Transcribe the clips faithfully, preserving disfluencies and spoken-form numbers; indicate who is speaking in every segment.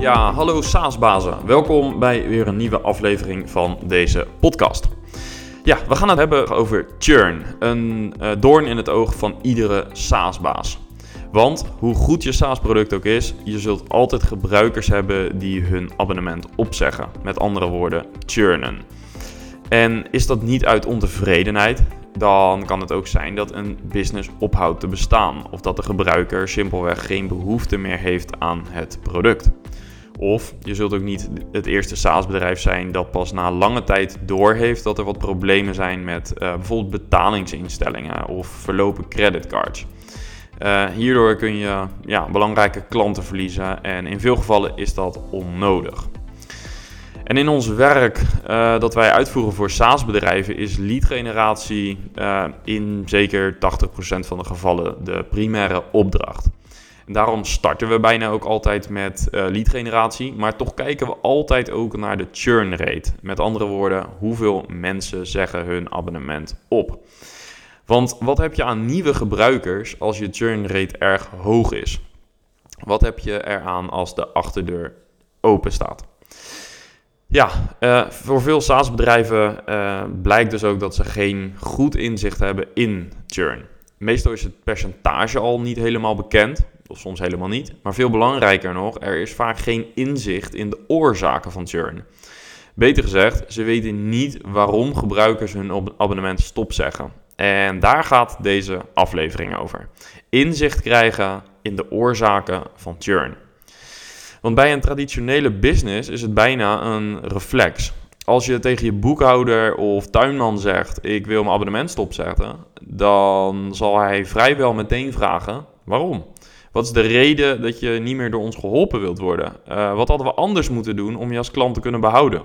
Speaker 1: Ja, hallo SaaS-bazen. Welkom bij weer een nieuwe aflevering van deze podcast. Ja, we gaan het hebben over churn. Een uh, doorn in het oog van iedere SaaS-baas. Want hoe goed je SaaS-product ook is, je zult altijd gebruikers hebben die hun abonnement opzeggen. Met andere woorden, churnen. En is dat niet uit ontevredenheid, dan kan het ook zijn dat een business ophoudt te bestaan. Of dat de gebruiker simpelweg geen behoefte meer heeft aan het product. Of je zult ook niet het eerste SaaS-bedrijf zijn dat pas na lange tijd doorheeft dat er wat problemen zijn met uh, bijvoorbeeld betalingsinstellingen of verlopen creditcards. Uh, hierdoor kun je ja, belangrijke klanten verliezen en in veel gevallen is dat onnodig. En in ons werk uh, dat wij uitvoeren voor SaaS-bedrijven is lead-generatie uh, in zeker tachtig procent van de gevallen de primaire opdracht. En daarom starten we bijna ook altijd met uh, lead-generatie, maar toch kijken we altijd ook naar de churn rate. Met andere woorden, hoeveel mensen zeggen hun abonnement op. Want wat heb je aan nieuwe gebruikers als je churn rate erg hoog is? Wat heb je eraan als de achterdeur open staat? Ja, uh, voor veel SaaS-bedrijven uh, blijkt dus ook dat ze geen goed inzicht hebben in churn. Meestal is het percentage al niet helemaal bekend, of soms helemaal niet. Maar veel belangrijker nog, er is vaak geen inzicht in de oorzaken van churn. Beter gezegd, ze weten niet waarom gebruikers hun abonnement stopzeggen. En daar gaat deze aflevering over. Inzicht krijgen in de oorzaken van churn. Want bij een traditionele business is het bijna een reflex. Als je tegen je boekhouder of tuinman zegt, ik wil mijn abonnement stopzetten, dan zal hij vrijwel meteen vragen, waarom? Wat is de reden dat je niet meer door ons geholpen wilt worden? Uh, wat hadden we anders moeten doen om je als klant te kunnen behouden?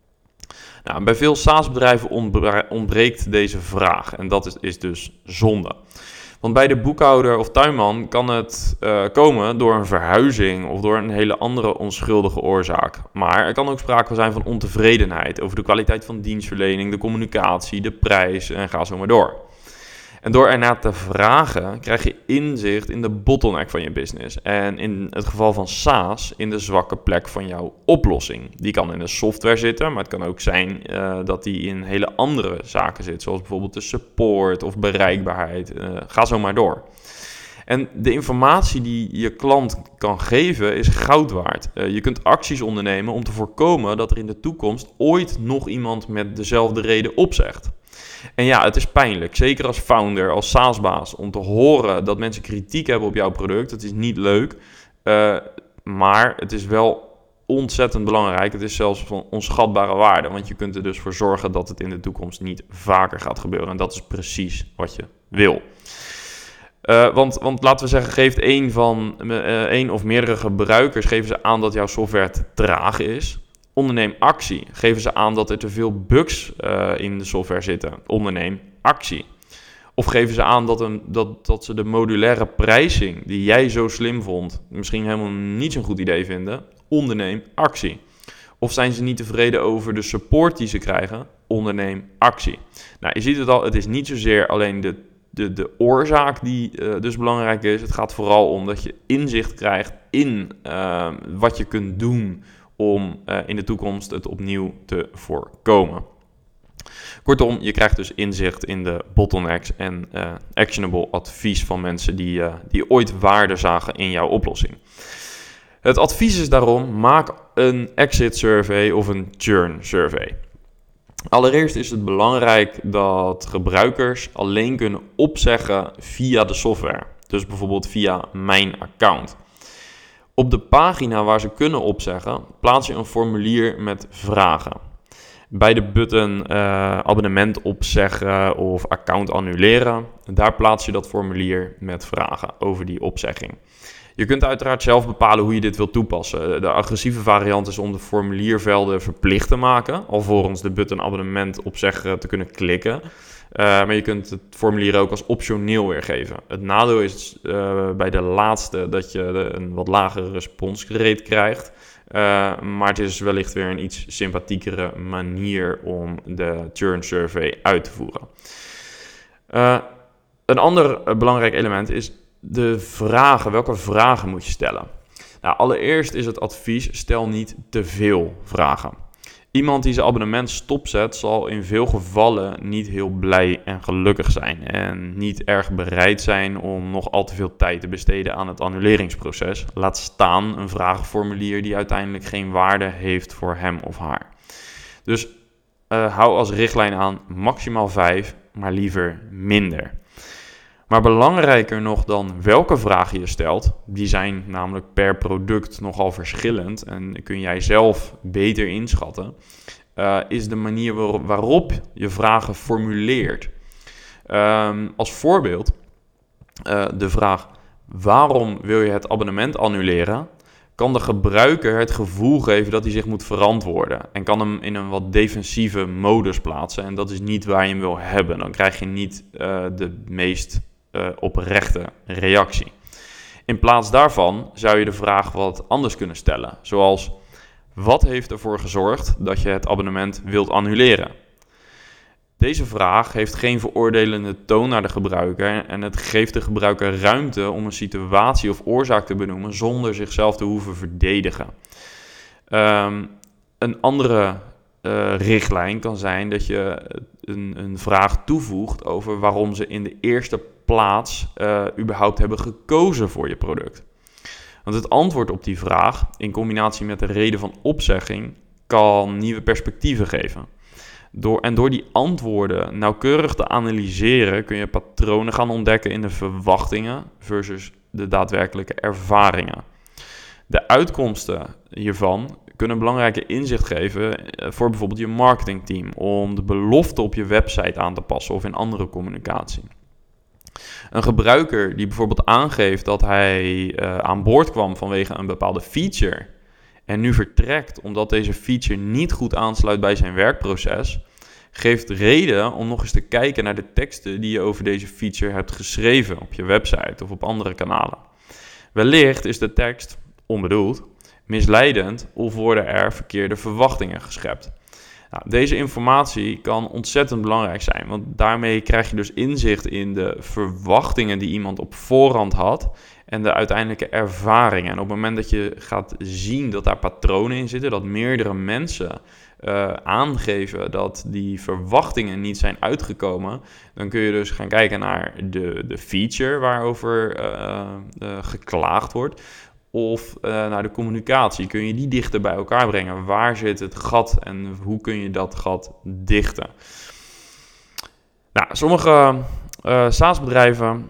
Speaker 1: Nou, bij veel SaaS-bedrijven ontbreekt deze vraag en dat is, is dus zonde. Want bij de boekhouder of tuinman kan het uh, komen door een verhuizing of door een hele andere onschuldige oorzaak. Maar er kan ook sprake zijn van ontevredenheid over de kwaliteit van dienstverlening, de communicatie, de prijs en ga zo maar door. En door ernaar te vragen krijg je inzicht in de bottleneck van je business. En in het geval van SaaS in de zwakke plek van jouw oplossing. Die kan in de software zitten, maar het kan ook zijn uh, dat die in hele andere zaken zit. Zoals bijvoorbeeld de support of bereikbaarheid. Uh, ga zo maar door. En de informatie die je klant kan geven is goud waard. Uh, je kunt acties ondernemen om te voorkomen dat er in de toekomst ooit nog iemand met dezelfde reden opzegt. En ja, het is pijnlijk, zeker als founder, als SaaS-baas, om te horen dat mensen kritiek hebben op jouw product. Het is niet leuk, uh, maar het is wel ontzettend belangrijk. Het is zelfs van onschatbare waarde, want je kunt er dus voor zorgen dat het in de toekomst niet vaker gaat gebeuren. En dat is precies wat je wil. Uh, want, want laten we zeggen, geeft één van uh, één of meerdere gebruikers geven ze aan dat jouw software te traag is. Onderneem actie. Geven ze aan dat er te veel bugs uh, in de software zitten. Onderneem actie. Of geven ze aan dat, een, dat, dat ze de modulaire prijsing die jij zo slim vond misschien helemaal niet zo'n goed idee vinden. Onderneem actie. Of zijn ze niet tevreden over de support die ze krijgen? Onderneem actie. Nou, je ziet het al, het is niet zozeer alleen de, de, de oorzaak die uh, dus belangrijk is. Het gaat vooral om dat je inzicht krijgt in uh, wat je kunt doen om uh, in de toekomst het opnieuw te voorkomen. Kortom, je krijgt dus inzicht in de bottlenecks en uh, actionable advies van mensen die, uh, die ooit waarde zagen in jouw oplossing. Het advies is daarom, maak een exit survey of een churn survey. Allereerst is het belangrijk dat gebruikers alleen kunnen opzeggen via de software. Dus bijvoorbeeld via mijn account. Op de pagina waar ze kunnen opzeggen, plaats je een formulier met vragen. Bij de button uh, abonnement opzeggen of account annuleren, daar plaats je dat formulier met vragen over die opzegging. Je kunt uiteraard zelf bepalen hoe je dit wilt toepassen. De agressieve variant is om de formuliervelden verplicht te maken, alvorens de button abonnement opzeggen te kunnen klikken. Uh, maar je kunt het formulier ook als optioneel weergeven. Het nadeel is uh, bij de laatste dat je de, een wat lagere responsrate krijgt. Uh, maar het is wellicht weer een iets sympathiekere manier om de churn survey uit te voeren. Uh, een ander uh, belangrijk element is de vragen. Welke vragen moet je stellen? Nou, allereerst is het advies, stel niet te veel vragen. Iemand die zijn abonnement stopzet zal in veel gevallen niet heel blij en gelukkig zijn en niet erg bereid zijn om nog al te veel tijd te besteden aan het annuleringsproces. Laat staan een vragenformulier die uiteindelijk geen waarde heeft voor hem of haar. Dus uh, hou als richtlijn aan maximaal vijf, maar liever minder. Maar belangrijker nog dan welke vragen je stelt, die zijn namelijk per product nogal verschillend en kun jij zelf beter inschatten, uh, is de manier waarop, waarop je vragen formuleert. Um, als voorbeeld, uh, de vraag waarom wil je het abonnement annuleren, kan de gebruiker het gevoel geven dat hij zich moet verantwoorden en kan hem in een wat defensieve modus plaatsen en dat is niet waar je hem wil hebben. Dan krijg je niet uh, de meest Uh, oprechte reactie. In plaats daarvan zou je de vraag wat anders kunnen stellen. Zoals, wat heeft ervoor gezorgd dat je het abonnement wilt annuleren? Deze vraag heeft geen veroordelende toon naar de gebruiker en het geeft de gebruiker ruimte om een situatie of oorzaak te benoemen zonder zichzelf te hoeven verdedigen. Um, een andere uh, richtlijn kan zijn dat je een, een vraag toevoegt over waarom ze in de eerste plaats uh, überhaupt hebben gekozen voor je product. Want het antwoord op die vraag, in combinatie met de reden van opzegging, kan nieuwe perspectieven geven. Door, en door die antwoorden nauwkeurig te analyseren, kun je patronen gaan ontdekken in de verwachtingen versus de daadwerkelijke ervaringen. De uitkomsten hiervan kunnen belangrijke inzicht geven voor bijvoorbeeld je marketingteam om de belofte op je website aan te passen of in andere communicatie. Een gebruiker die bijvoorbeeld aangeeft dat hij uh, aan boord kwam vanwege een bepaalde feature en nu vertrekt omdat deze feature niet goed aansluit bij zijn werkproces, geeft reden om nog eens te kijken naar de teksten die je over deze feature hebt geschreven op je website of op andere kanalen. Wellicht is de tekst, onbedoeld, misleidend of worden er verkeerde verwachtingen geschept. Nou, deze informatie kan ontzettend belangrijk zijn, want daarmee krijg je dus inzicht in de verwachtingen die iemand op voorhand had en de uiteindelijke ervaringen. En op het moment dat je gaat zien dat daar patronen in zitten, dat meerdere mensen uh, aangeven dat die verwachtingen niet zijn uitgekomen, dan kun je dus gaan kijken naar de, de feature waarover uh, uh, geklaagd wordt. Of uh, naar de communicatie. Kun je die dichter bij elkaar brengen? Waar zit het gat en hoe kun je dat gat dichten? Nou, sommige uh, SaaS-bedrijven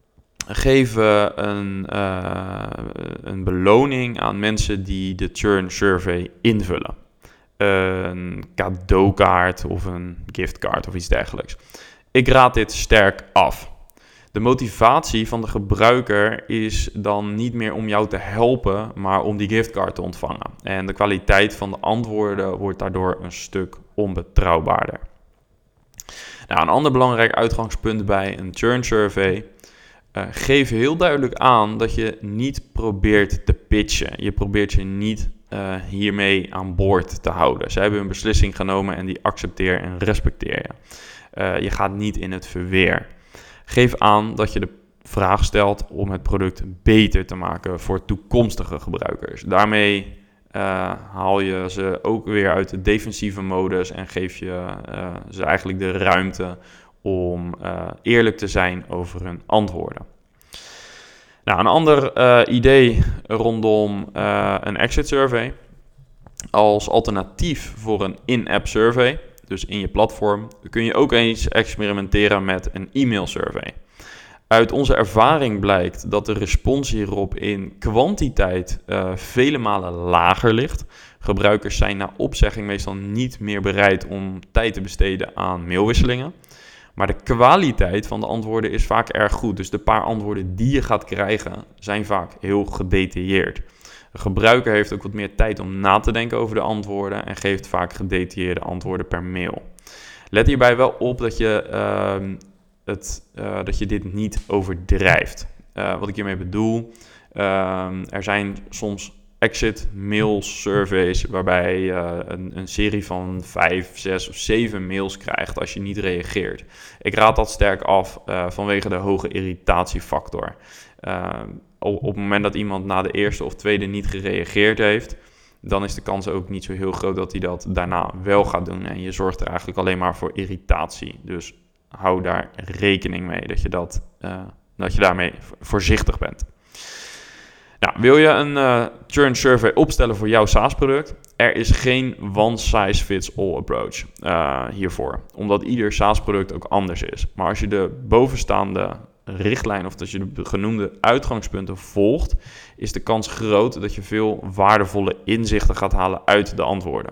Speaker 1: geven een, uh, een beloning aan mensen die de churn survey invullen. Een cadeaukaart of een giftcard of iets dergelijks. Ik raad dit sterk af. De motivatie van de gebruiker is dan niet meer om jou te helpen, maar om die giftcard te ontvangen. En de kwaliteit van de antwoorden wordt daardoor een stuk onbetrouwbaarder. Nou, een ander belangrijk uitgangspunt bij een churn survey. Uh, geef heel duidelijk aan dat je niet probeert te pitchen. Je probeert je niet uh, hiermee aan boord te houden. Zij hebben een beslissing genomen en die accepteer en respecteer je. Uh, je gaat niet in het verweer. Geef aan dat je de vraag stelt om het product beter te maken voor toekomstige gebruikers. Daarmee uh, haal je ze ook weer uit de defensieve modus en geef je uh, ze eigenlijk de ruimte om uh, eerlijk te zijn over hun antwoorden. Nou, een ander uh, idee rondom uh, een exit survey. Als alternatief voor een in-app survey, dus in je platform, kun je ook eens experimenteren met een e-mail survey. Uit onze ervaring blijkt dat de respons hierop in kwantiteit uh, vele malen lager ligt. Gebruikers zijn na opzegging meestal niet meer bereid om tijd te besteden aan mailwisselingen. Maar de kwaliteit van de antwoorden is vaak erg goed. Dus de paar antwoorden die je gaat krijgen zijn vaak heel gedetailleerd. De gebruiker heeft ook wat meer tijd om na te denken over de antwoorden en geeft vaak gedetailleerde antwoorden per mail. Let hierbij wel op dat je, uh, het, uh, dat je dit niet overdrijft. Uh, wat ik hiermee bedoel, uh, er zijn soms exit mail surveys, waarbij je een, een serie van vijf, zes of zeven mails krijgt als je niet reageert. Ik raad dat sterk af uh, vanwege de hoge irritatiefactor. Uh, op het moment dat iemand na de eerste of tweede niet gereageerd heeft, dan is de kans ook niet zo heel groot dat hij dat daarna wel gaat doen. En je zorgt er eigenlijk alleen maar voor irritatie. Dus hou daar rekening mee dat je, dat, uh, dat je daarmee voorzichtig bent. Nou, wil je een uh, churn survey opstellen voor jouw SaaS-product? Er is geen one-size-fits-all approach uh, hiervoor. Omdat ieder SaaS-product ook anders is. Maar als je de bovenstaande richtlijn of dat je de genoemde uitgangspunten volgt, is de kans groot dat je veel waardevolle inzichten gaat halen uit de antwoorden.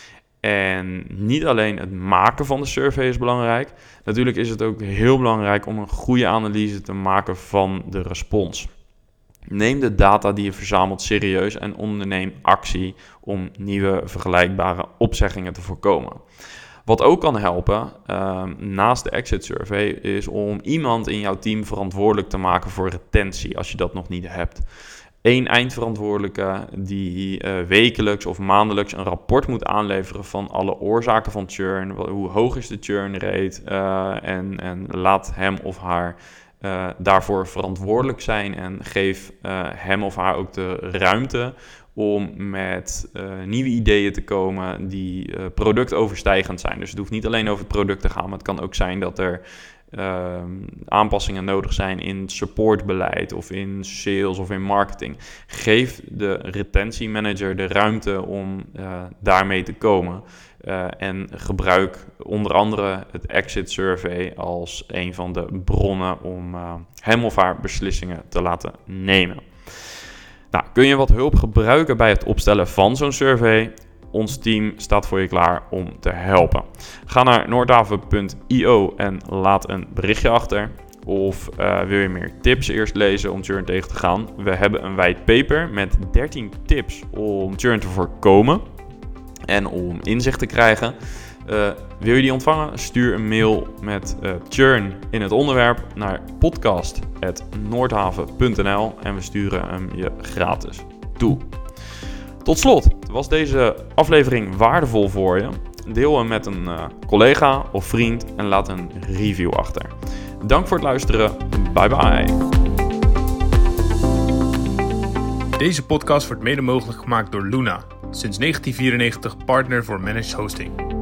Speaker 1: En niet alleen het maken van de survey is belangrijk. Natuurlijk is het ook heel belangrijk om een goede analyse te maken van de respons. Neem de data die je verzamelt serieus en onderneem actie om nieuwe vergelijkbare opzeggingen te voorkomen. Wat ook kan helpen, uh, naast de exit survey, is om iemand in jouw team verantwoordelijk te maken voor retentie, als je dat nog niet hebt. Eén eindverantwoordelijke die uh, wekelijks of maandelijks een rapport moet aanleveren van alle oorzaken van churn. Hoe hoog is de churn rate uh, en, en laat hem of haar uh, daarvoor verantwoordelijk zijn en geef uh, hem of haar ook de ruimte om met uh, nieuwe ideeën te komen die uh, productoverstijgend zijn. Dus het hoeft niet alleen over het product te gaan, maar het kan ook zijn dat er uh, aanpassingen nodig zijn in supportbeleid of in sales of in marketing. Geef de retentiemanager de ruimte om uh, daarmee te komen. Uh, en gebruik onder andere het exit survey als een van de bronnen om uh, hem of haar beslissingen te laten nemen. Nou, kun je wat hulp gebruiken bij het opstellen van zo'n survey? Ons team staat voor je klaar om te helpen. Ga naar noordhaven punt io en laat een berichtje achter. Of uh, wil je meer tips eerst lezen om churn tegen te gaan? We hebben een white paper met dertien tips om churn te voorkomen en om inzicht te krijgen. Uh, wil je die ontvangen? Stuur een mail met uh, churn in het onderwerp naar podcast apenstaartje noordhaven punt n l en we sturen hem je gratis toe. Tot slot, was deze aflevering waardevol voor je? Deel hem met een uh, collega of vriend en laat een review achter. Dank voor het luisteren. Bye bye.
Speaker 2: Deze podcast wordt mede mogelijk gemaakt door Luna, sinds negentien vierennegentig partner voor managed hosting.